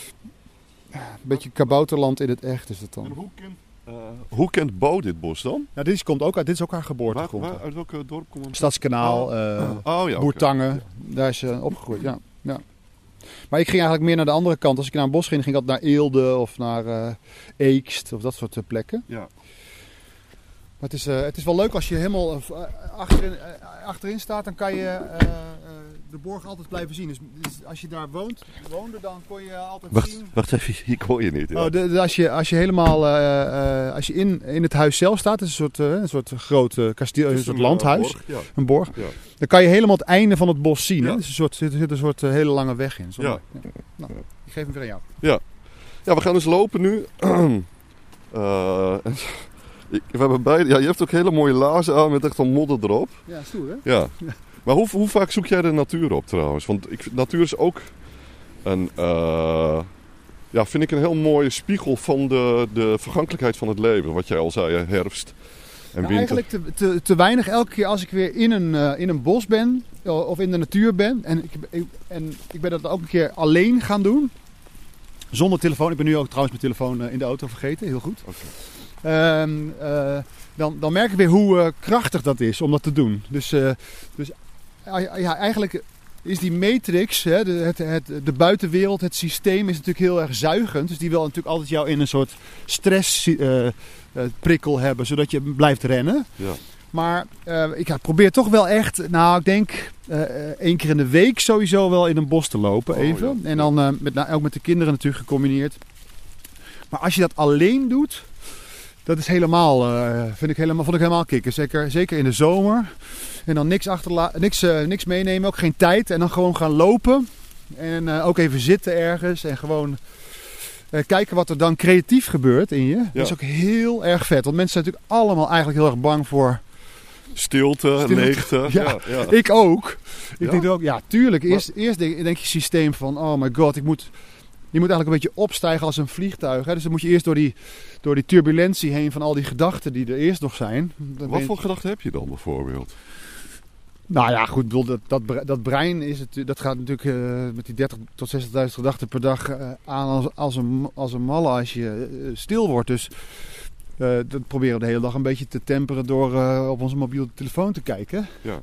Een beetje kabouterland in het echt is het dan. En hoe kent Bo dit bos dan? Nou, dit is ook haar geboortegrond. Uit welke dorp komt het? Stadskanaal, Boertangen. Okay. Daar is ze opgegroeid, ja. Maar ik ging eigenlijk meer naar de andere kant. Als ik naar een bos ging ik altijd naar Eelde of naar Eekst of dat soort plekken. Ja. Maar het is wel leuk als je helemaal achterin staat, dan kan je de borg altijd blijven zien. Dus als je daar woonde, dan kon je altijd zien... Wacht even, hier kon je niet. Ja. Als je helemaal als je in het huis zelf staat, het is een soort groot kasteel, een soort landhuis, een borg. Ja. Dan kan je helemaal het einde van het bos zien. Ja. Er zit een soort hele lange weg in. Nou, ik geef hem weer aan jou. Ja, we gaan dus lopen nu. We hebben beide, je hebt ook hele mooie laarzen aan met echt een modder erop. Ja, stoer hè? Ja. Maar hoe vaak zoek jij de natuur op trouwens? Want natuur is ook vind ik een heel mooie spiegel van de vergankelijkheid van het leven. Wat jij al zei, herfst en winter. Eigenlijk te weinig. Elke keer als ik weer in een bos ben of in de natuur ben. En ik ben dat ook een keer alleen gaan doen. Zonder telefoon. Ik ben nu ook trouwens mijn telefoon in de auto vergeten. Heel goed. Okay. Dan merk ik weer hoe krachtig dat is om dat te doen. Dus eigenlijk is die matrix, hè, de buitenwereld, het systeem is natuurlijk heel erg zuigend. Dus die wil natuurlijk altijd jou in een soort stressprikkel hebben, zodat je blijft rennen. Ja. Maar ik probeer toch wel echt, ik denk 1 keer in de week sowieso wel in een bos te lopen even. Ja. En dan ook met de kinderen natuurlijk gecombineerd. Maar als je dat alleen doet, dat is vond ik helemaal kicken. Zeker in de zomer. En dan niks meenemen, ook geen tijd. En dan gewoon gaan lopen. En ook even zitten ergens. En gewoon kijken wat er dan creatief gebeurt in je. Ja. Dat is ook heel erg vet. Want mensen zijn natuurlijk allemaal eigenlijk heel erg bang voor... Stilte. Leegte. Ja. Ik ook. Ik denk ook, tuurlijk. Eerst denk je systeem van, oh my god, je moet eigenlijk een beetje opstijgen als een vliegtuig. Hè? Dus dan moet je eerst door die turbulentie heen van al die gedachten die er eerst nog zijn. Wat voor gedachten heb je dan bijvoorbeeld? Nou ja, goed, dat brein dat gaat natuurlijk met die 30.000 tot 60.000 gedachten per dag aan als een malle als je stil wordt. Dus dat proberen we de hele dag een beetje te temperen door op onze mobiele telefoon te kijken. Ja.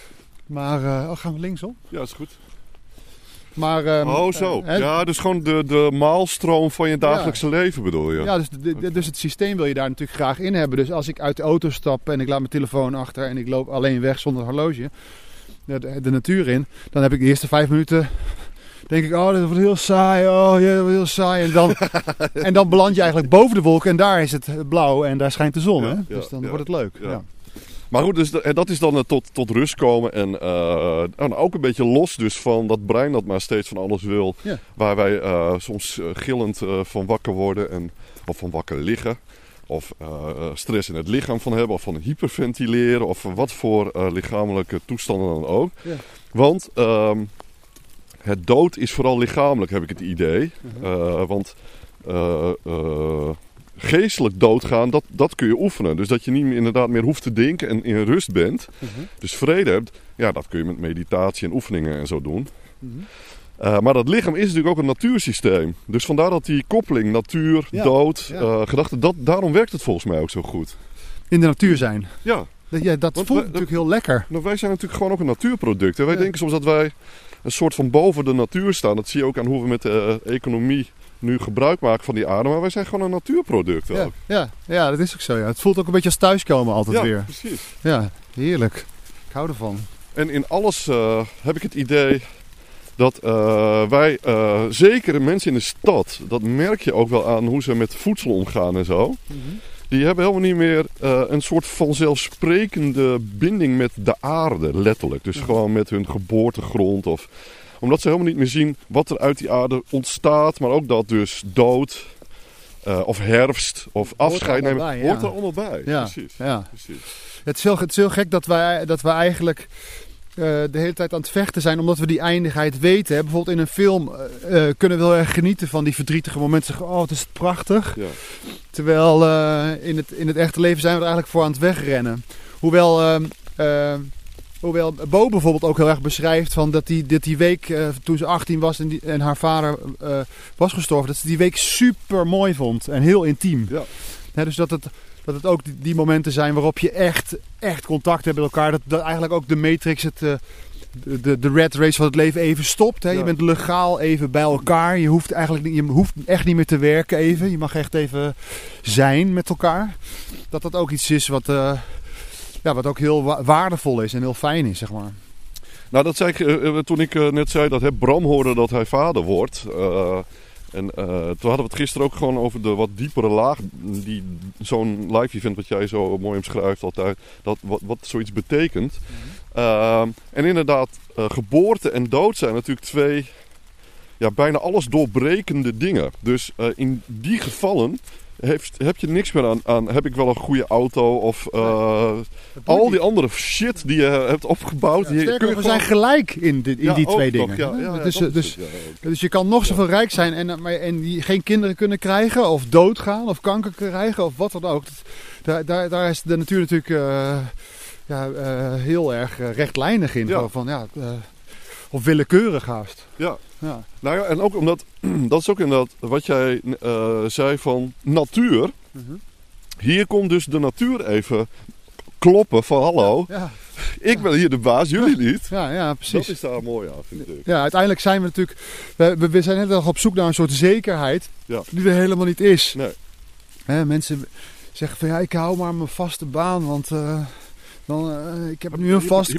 Maar gaan we linksom? Ja, is goed. Maar, zo. Dus gewoon de maalstroom van je dagelijkse leven bedoel je? Ja, dus het systeem wil je daar natuurlijk graag in hebben. Dus als ik uit de auto stap en ik laat mijn telefoon achter en ik loop alleen weg zonder horloge de natuur in, dan heb ik de eerste 5 minuten... denk ik, dat wordt heel saai. Dat wordt heel saai. En dan beland je eigenlijk boven de wolken en daar is het blauw en daar schijnt de zon. Hè? Dus dan wordt het leuk. Ja. Maar goed, dus dat is dan tot rust komen en ook een beetje los dus van dat brein dat maar steeds van alles wil. Ja. Waar wij soms gillend van wakker worden of van wakker liggen. Of stress in het lichaam van hebben of van hyperventileren of wat voor lichamelijke toestanden dan ook. Ja. Want het dood is vooral lichamelijk, heb ik het idee. Want geestelijk doodgaan, dat kun je oefenen. Dus dat je niet meer, inderdaad meer hoeft te denken en in rust bent. Dus vrede hebt, dat kun je met meditatie en oefeningen en zo doen. Maar dat lichaam is natuurlijk ook een natuursysteem. Dus vandaar dat die koppeling, natuur, dood, gedachten, daarom werkt het volgens mij ook zo goed. In de natuur zijn. Ja. Dat voelt natuurlijk heel lekker. Nou, wij zijn natuurlijk gewoon ook een natuurproduct. Hè? Wij denken soms dat wij een soort van boven de natuur staan. Dat zie je ook aan hoe we met de economie nu gebruik maken van die aarde. Maar wij zijn gewoon een natuurproduct ook. Ja, dat is ook zo. Ja. Het voelt ook een beetje als thuiskomen altijd weer. Ja, precies. Ja, heerlijk. Ik hou ervan. En in alles heb ik het idee dat wij, zeker mensen in de stad, dat merk je ook wel aan hoe ze met voedsel omgaan en zo. Die hebben helemaal niet meer een soort vanzelfsprekende binding met de aarde, letterlijk. Dus gewoon met hun geboortegrond. Omdat ze helemaal niet meer zien wat er uit die aarde ontstaat. Maar ook dat dus dood of herfst of afscheid nemen, hoort er allemaal bij. Ja. Precies. Ja. Precies. Het is heel gek dat wij eigenlijk de hele tijd aan het vechten zijn omdat we die eindigheid weten. Hè. Bijvoorbeeld in een film kunnen we heel erg genieten van die verdrietige momenten. Zeggen, het is prachtig. Ja. Terwijl in het echte leven zijn we er eigenlijk voor aan het wegrennen. Hoewel Bo bijvoorbeeld ook heel erg beschrijft van dat die week toen ze 18 was en haar vader was gestorven, dat ze die week super mooi vond en heel intiem. Ja. Hè, dus dat het ook die momenten zijn waarop je echt contact hebt met elkaar. Dat eigenlijk ook de Matrix de rat race van het leven even stopt. Hè? Ja. Je bent legaal even bij elkaar. Je hoeft echt niet meer te werken even. Je mag echt even zijn met elkaar. Dat ook iets is wat ook heel waardevol is en heel fijn is, zeg maar. Nou, dat zei ik toen ik net zei dat Bram hoorde dat hij vader wordt. Toen hadden we het gisteren ook gewoon over de wat diepere laag die zo'n live event wat jij zo mooi omschrijft altijd, wat zoiets betekent. En inderdaad, geboorte en dood zijn natuurlijk twee bijna alles doorbrekende dingen. Dus in die gevallen heb je niks meer aan heb ik wel een goede auto of al die andere shit die je hebt opgebouwd. We zijn gelijk in die twee dingen. Dus je kan nog zoveel rijk zijn en geen kinderen kunnen krijgen of doodgaan of kanker krijgen of wat dan ook. Daar is de natuur natuurlijk heel erg rechtlijnig in. Ja. Of willekeurig haast. Ja. Nou ja, en ook omdat, dat is ook inderdaad wat jij zei van natuur. Hier komt dus de natuur even kloppen van hallo. Ik ben hier de baas, jullie niet. Ja, precies. Dat is daar mooi aan, vind ik. Ja, uiteindelijk zijn we natuurlijk, we zijn heel erg op zoek naar een soort zekerheid die er helemaal niet is. Nee. Mensen zeggen van ik hou maar mijn vaste baan, want... ik heb nu een vast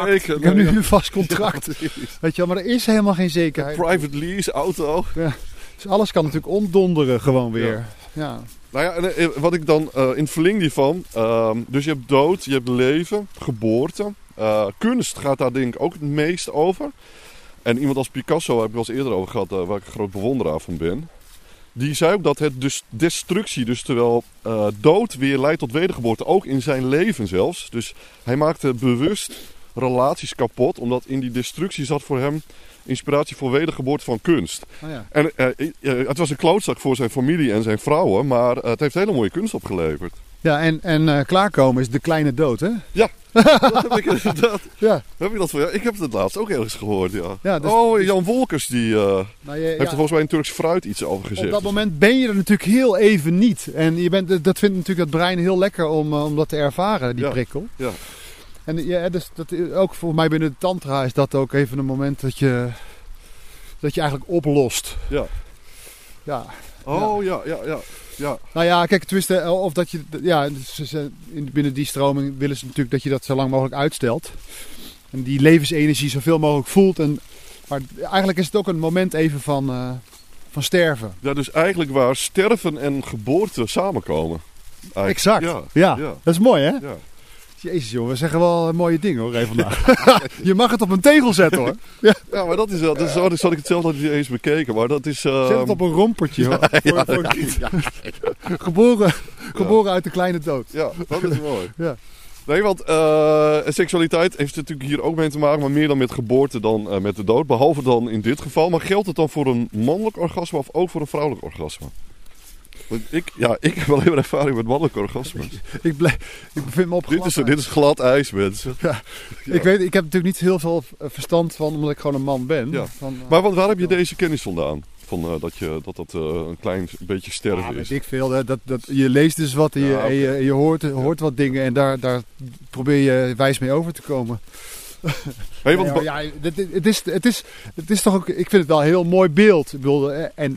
contract. Weet je wel, maar er is helemaal geen zekerheid. Een private lease, auto. Ja. Dus alles kan natuurlijk omdonderen gewoon weer. Ja. Nou ja, en wat ik dan in verlenging hiervan... dus je hebt dood, je hebt leven, geboorte. Kunst gaat daar denk ik ook het meest over. En iemand als Picasso heb ik wel eens eerder over gehad... waar ik een groot bewonderaar van ben. Die zei ook dat het dus destructie, dus terwijl dood weer leidt tot wedergeboorte, ook in zijn leven zelfs. Dus hij maakte bewust relaties kapot, omdat in die destructie zat voor hem inspiratie voor wedergeboorte van kunst. Oh ja. En het was een klootzak voor zijn familie en zijn vrouwen, maar het heeft hele mooie kunst opgeleverd. Ja, en klaarkomen is de kleine dood, hè? Ja, dat heb ik inderdaad. Ja. Heb ik dat van? Ja, ik heb het laatst ook ergens gehoord, ja. Dus, Jan Wolkers die heeft er volgens mij in Turks Fruit iets over gezegd. Op dat moment ben je er natuurlijk heel even niet. En dat vindt natuurlijk het brein heel lekker om dat te ervaren, die prikkel. Ja. En dus ook voor mij binnen de tantra is dat ook even een moment dat je eigenlijk oplost. Ja. Ja. Oh, ja. Nou ja, kijk, of dat je... Ja, binnen die stroming willen ze natuurlijk dat je dat zo lang mogelijk uitstelt. En die levensenergie zoveel mogelijk voelt. Maar eigenlijk is het ook een moment even van sterven. Ja, dus eigenlijk waar sterven en geboorte samenkomen. Eigenlijk. Exact. Ja, dat is mooi, hè? Ja. Jezus, jongen, we zeggen wel mooie dingen, hoor, even vandaag. Je mag het op een tegel zetten, hoor. Ja, maar dat is wel... Dat had ik het zelf nog niet eens bekeken, maar dat is... Zet het op een rompertje, hoor. Geboren uit de kleine dood. Ja, dat is mooi. Ja. Nee, want seksualiteit heeft natuurlijk hier ook mee te maken, maar meer dan met geboorte dan met de dood. Behalve dan in dit geval. Maar geldt het dan voor een mannelijk orgasme of ook voor een vrouwelijk orgasme? Want ik heb alleen maar ervaring met mannelijke orgasmes. Ik bevind me op glad ijs. Dit is glad ijs, mensen. Ja. Ik heb natuurlijk niet heel veel verstand van, omdat ik gewoon een man ben. Ja. Maar waar heb je deze kennis vandaan? Van dat een klein beetje sterven is. Weet ik veel. Je leest dus wat en je hoort wat dingen en daar probeer je wijs mee over te komen. Het is toch ook, ik vind het wel een heel mooi beeld. Ik bedoel,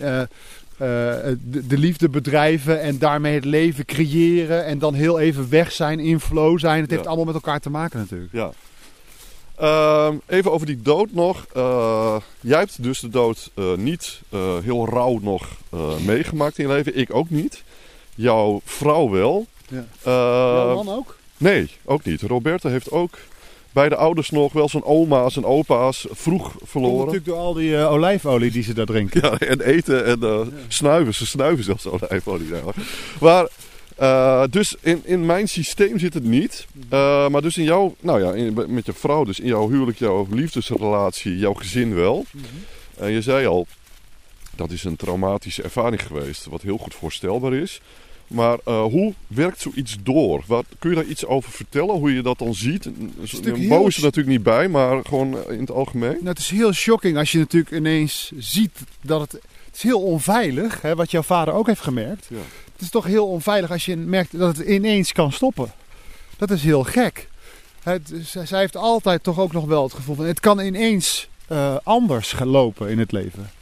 de liefde bedrijven en daarmee het leven creëren en dan heel even weg zijn, in flow zijn. Het heeft allemaal met elkaar te maken natuurlijk. Ja. Even over die dood nog. Jij hebt dus de dood niet heel rauw nog meegemaakt in je leven. Ik ook niet. Jouw vrouw wel. Ja. Jouw man ook? Nee, ook niet. Roberta heeft ook beide ouders nog wel zijn oma's en opa's vroeg verloren. Komt natuurlijk door al die olijfolie die ze daar drinken. Ja, en eten en snuiven. Ze snuiven zelfs olijfolie. Maar dus in mijn systeem zit het niet. Maar dus in jouw, met je vrouw, dus in jouw huwelijk, jouw liefdesrelatie, jouw gezin wel. En je zei al, dat is een traumatische ervaring geweest, wat heel goed voorstelbaar is. Maar hoe werkt zoiets door? Kun je daar iets over vertellen? Hoe je dat dan ziet? Bo is er natuurlijk niet bij, maar gewoon in het algemeen. Nou, het is heel shocking als je natuurlijk ineens ziet dat het is heel onveilig. Hè, wat jouw vader ook heeft gemerkt. Ja. Het is toch heel onveilig als je merkt dat het ineens kan stoppen. Dat is heel gek. Zij heeft altijd toch ook nog wel het gevoel van... Het kan ineens anders gaan lopen in het leven.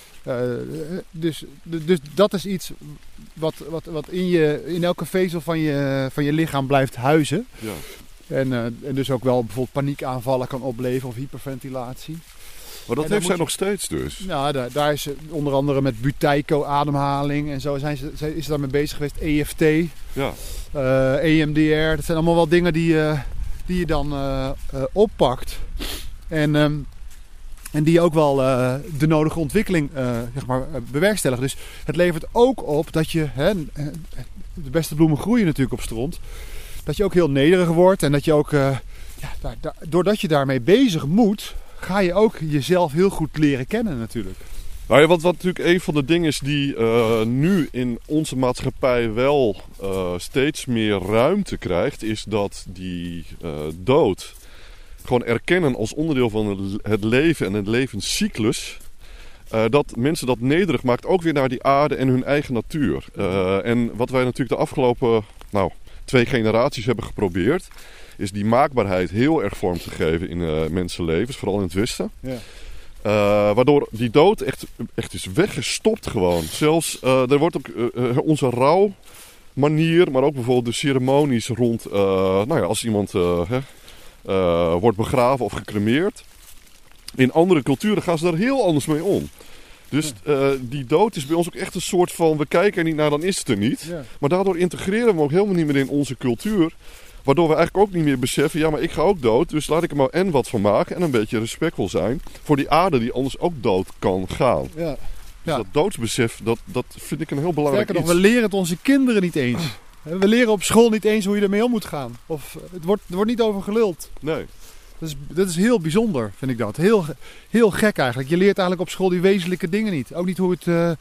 Dus dat is iets wat in elke vezel van je lichaam blijft huizen. Ja. En dus ook wel bijvoorbeeld paniekaanvallen kan opleveren of hyperventilatie. Maar dat heeft zij nog steeds dus? Nou, daar is ze onder andere met Buteyko-ademhaling en zo is ze daarmee bezig geweest. EFT, ja. EMDR, dat zijn allemaal wel dingen die je dan oppakt. En die ook wel de nodige ontwikkeling bewerkstelligen. Dus het levert ook op dat je... de beste bloemen groeien natuurlijk op stront. Dat je ook heel nederig wordt. En dat je ook... doordat je daarmee bezig moet... ga je ook jezelf heel goed leren kennen natuurlijk. Nou ja, wat natuurlijk een van de dingen is die nu in onze maatschappij wel steeds meer ruimte krijgt... is dat die dood... gewoon erkennen als onderdeel van het leven en het levenscyclus. Dat mensen dat nederig maakt ook weer naar die aarde en hun eigen natuur. En wat wij natuurlijk de afgelopen 2 generaties hebben geprobeerd... is die maakbaarheid heel erg vorm te geven in mensenlevens, vooral in het Westen. Ja. Waardoor die dood echt is weggestopt gewoon. Zelfs, er wordt ook onze rouwmanier, maar ook bijvoorbeeld de ceremonies rond... als iemand... wordt begraven of gecremeerd. In andere culturen gaan ze daar heel anders mee om. Dus die dood is bij ons ook echt een soort van... we kijken er niet naar, dan is het er niet. Ja. Maar daardoor integreren we hem ook helemaal niet meer in onze cultuur. Waardoor we eigenlijk ook niet meer beseffen... ja, maar ik ga ook dood, dus laat ik er maar en wat van maken... en een beetje respectvol zijn voor die aarde die anders ook dood kan gaan. Ja. Dus dat doodsbesef, dat vind ik een heel belangrijk iets. We leren het onze kinderen niet eens. We leren op school niet eens hoe je ermee om moet gaan. Of er wordt niet over geluld. Nee. Dat is heel bijzonder, vind ik dat. Heel, heel gek eigenlijk. Je leert eigenlijk op school die wezenlijke dingen niet. Ook niet hoe het,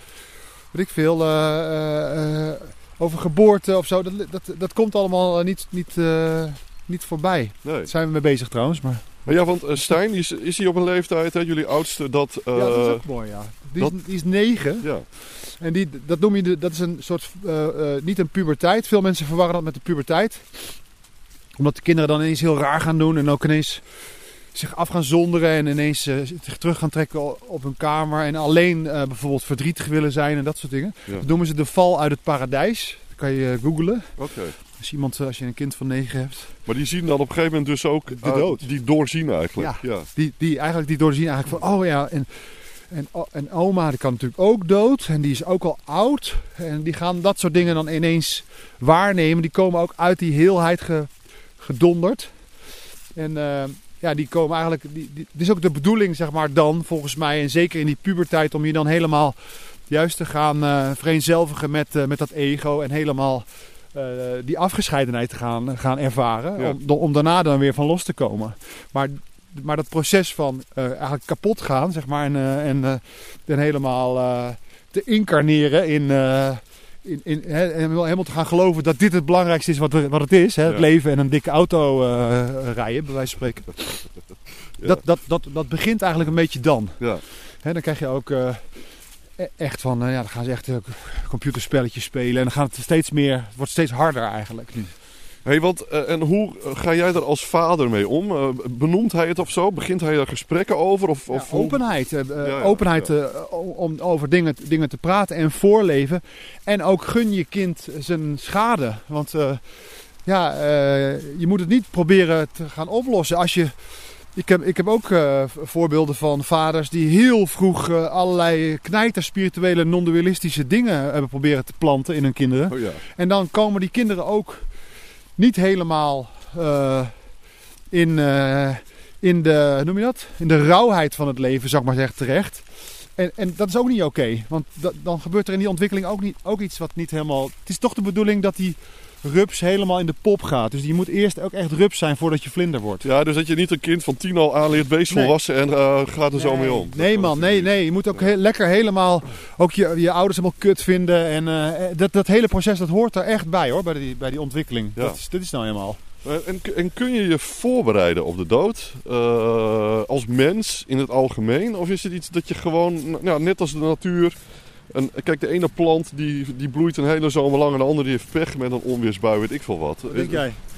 over geboorte of zo. Dat komt allemaal niet voorbij. Nee. Daar zijn we mee bezig trouwens. Maar ja, want Stijn, is hij op een leeftijd, hè, jullie oudste, dat... Ja, dat is ook mooi, ja. Die is 9. Ja. En dat is een soort, niet een puberteit. Veel mensen verwarren dat met de puberteit. Omdat de kinderen dan ineens heel raar gaan doen. En ook ineens zich af gaan zonderen. En ineens zich terug gaan trekken op hun kamer. En alleen bijvoorbeeld verdrietig willen zijn en dat soort dingen. Ja. Dat noemen ze de val uit het paradijs. Dat kan je googlen. Oké. Als je een kind van 9 hebt. Maar die zien dan op een gegeven moment dus ook de dood. Die doorzien eigenlijk. Ja. Die doorzien eigenlijk van, oh ja... En oma, die kan natuurlijk ook dood. En die is ook al oud. En die gaan dat soort dingen dan ineens waarnemen. Die komen ook uit die heelheid gedonderd. En die komen eigenlijk... Dit is ook de bedoeling, zeg maar, dan volgens mij. En zeker in die puberteit om je dan helemaal juist te gaan vereenzelvigen met dat ego. En helemaal die afgescheidenheid te gaan ervaren. Ja. Om daarna dan weer van los te komen. Maar dat proces van eigenlijk kapot gaan, zeg maar, en helemaal te incarneren en helemaal te gaan geloven dat dit het belangrijkste is wat het is. Hè? Het leven en een dikke auto rijden, bij wijze van spreken. Ja. Dat begint eigenlijk een beetje dan. Ja. Hè, dan krijg je ook echt van, dan gaan ze echt computerspelletjes spelen en dan gaat het wordt steeds harder eigenlijk. Hey, en hoe ga jij er als vader mee om? Benoemt hij het of zo? Begint hij er gesprekken over? Openheid. Openheid om over dingen te praten en voorleven. En ook gun je kind zijn schade. Want je moet het niet proberen te gaan oplossen. Ik heb ook voorbeelden van vaders die heel vroeg allerlei knijterspirituele non-dualistische dingen hebben proberen te planten in hun kinderen. Oh ja. En dan komen die kinderen ook... niet helemaal in de, noem je dat? In de rauwheid van het leven, zou ik maar zeggen, terecht. En dat is ook niet oké. Want dan gebeurt er in die ontwikkeling ook iets wat niet helemaal... Het is toch de bedoeling dat die rups helemaal in de pop gaat. Dus je moet eerst ook echt rups zijn voordat je vlinder wordt. Ja, dus dat je niet een kind van 10 al aanleert, wees volwassen en gaat er zo mee om. Nee man, nee. Je moet ook lekker helemaal ook je ouders helemaal kut vinden. En dat hele proces, dat hoort er echt bij hoor, bij die ontwikkeling. Ja. Dit is nou helemaal. En kun je je voorbereiden op de dood als mens in het algemeen? Of is het iets dat je gewoon, net als de natuur... En kijk, de ene plant die bloeit een hele zomer lang en de andere die heeft pech met een onweersbui, weet ik veel wat. Wat denk jij?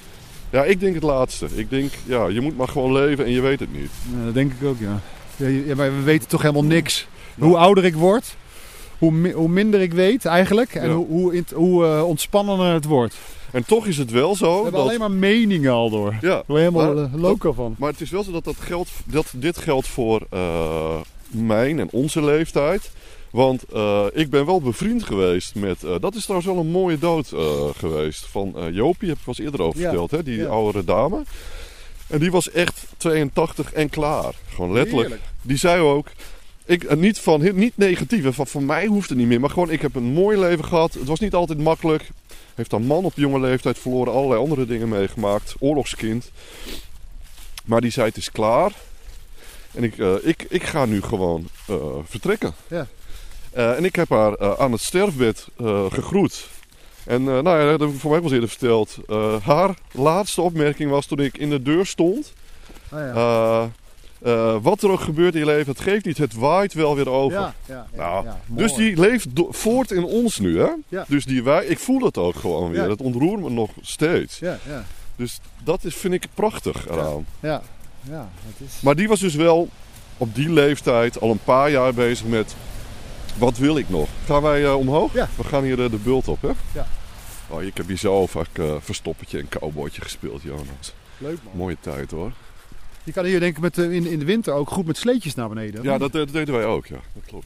Ja, ik denk het laatste. Ik denk, ja, je moet maar gewoon leven en je weet het niet. Ja, dat denk ik ook, ja. Ja, maar we weten toch helemaal niks. Hoe ouder ik word, hoe minder ik weet eigenlijk. En hoe ontspannender het wordt. En toch is het wel zo. We hebben alleen maar meningen al door. Ja, Ik word helemaal loco van. Maar het is wel zo dat dit geldt voor mijn en onze leeftijd. Want ik ben wel bevriend geweest met... dat is trouwens wel een mooie dood geweest. Van Jopie, heb ik wel eens eerder over verteld. Hè? Die oudere dame. En die was echt 82 en klaar. Gewoon letterlijk. Heerlijk. Die zei ook... niet negatief. Van mij hoeft het niet meer. Maar gewoon, ik heb een mooi leven gehad. Het was niet altijd makkelijk. Heeft een man op jonge leeftijd verloren. Allerlei andere dingen meegemaakt. Oorlogskind. Maar die zei, het is klaar. En ik ga nu gewoon vertrekken. Ja. En ik heb haar aan het sterfbed gegroet. En nou ja, dat heb ik voor mij wel eens eerder verteld. Haar laatste opmerking was toen ik in de deur stond. Oh ja. Wat er ook gebeurt in je leven, het geeft niet, het waait wel weer over. Dus die leeft voort in ons nu, hè? Ja. Dus ik voel dat ook gewoon weer. Dat ontroert me nog steeds. Ja. Dus dat vind ik prachtig eraan. Ja. Het is... Maar die was dus wel op die leeftijd al een paar jaar bezig met... Wat wil ik nog? Gaan wij omhoog? Ja. We gaan hier de bult op, hè? Ja. Oh, ik heb hier zo vaak verstoppertje en cowboytje gespeeld, Jonas. Leuk, man. Mooie tijd, hoor. Je kan hier denk ik in de winter ook goed met sleetjes naar beneden. Ja, dat deden wij ook, ja. Dat klopt.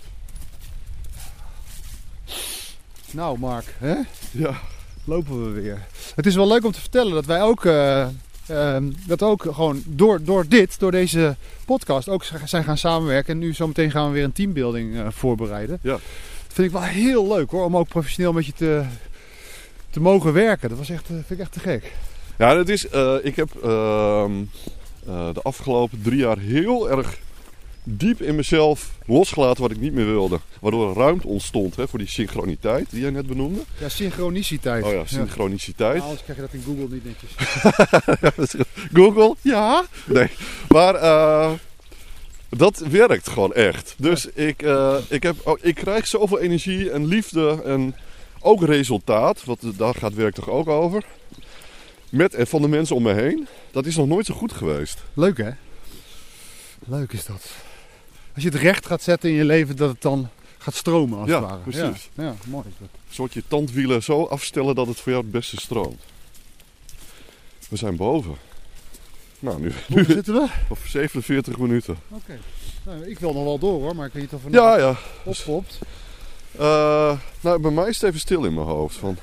Nou, Mark, hè? Ja. Lopen we weer. Het is wel leuk om te vertellen dat wij ook gewoon door deze podcast ook zijn gaan samenwerken. En nu zometeen gaan we weer een teambuilding voorbereiden. Ja. Dat vind ik wel heel leuk, hoor, om ook professioneel met je te mogen werken. Dat vind ik echt te gek. Ja, dat is... ik heb de afgelopen 3 jaar heel erg diep in mezelf losgelaten wat ik niet meer wilde. Waardoor er ruimte ontstond, hè, voor die synchroniteit die jij net benoemde. Ja, synchroniciteit. Oh ja, synchroniciteit. Anders krijg je dat in Google niet netjes. Google? Ja. Nee. Maar dat werkt gewoon echt. Dus ik krijg zoveel energie en liefde en ook resultaat. Want daar gaat werk toch ook over. Met en van de mensen om me heen. Dat is nog nooit zo goed geweest. Leuk, hè? Leuk is dat. Als je het recht gaat zetten in je leven, dat het dan gaat stromen als het ware. Precies. Ja, mooi is dat. Een soort je tandwielen zo afstellen dat het voor jou het beste stroomt. We zijn boven. Nou, nu zitten we? Op 47 minuten. Oké. Nou, ik wil nog wel door, hoor, maar ik weet niet of er nog oppopt. Nou, bij mij is het even stil in mijn hoofd. Van...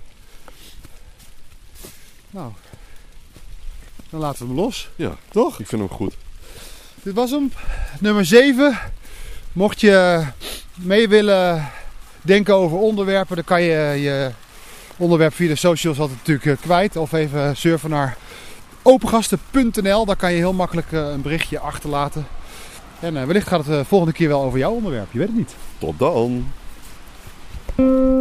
Nou, dan laten we hem los. Ja, toch? Ik vind hem goed. Dit was hem. Nummer 7. Mocht je mee willen denken over onderwerpen, dan kan je onderwerp via de socials altijd natuurlijk kwijt. Of even surfen naar opengasten.nl. Daar kan je heel makkelijk een berichtje achterlaten. En wellicht gaat het volgende keer wel over jouw onderwerp. Je weet het niet. Tot dan.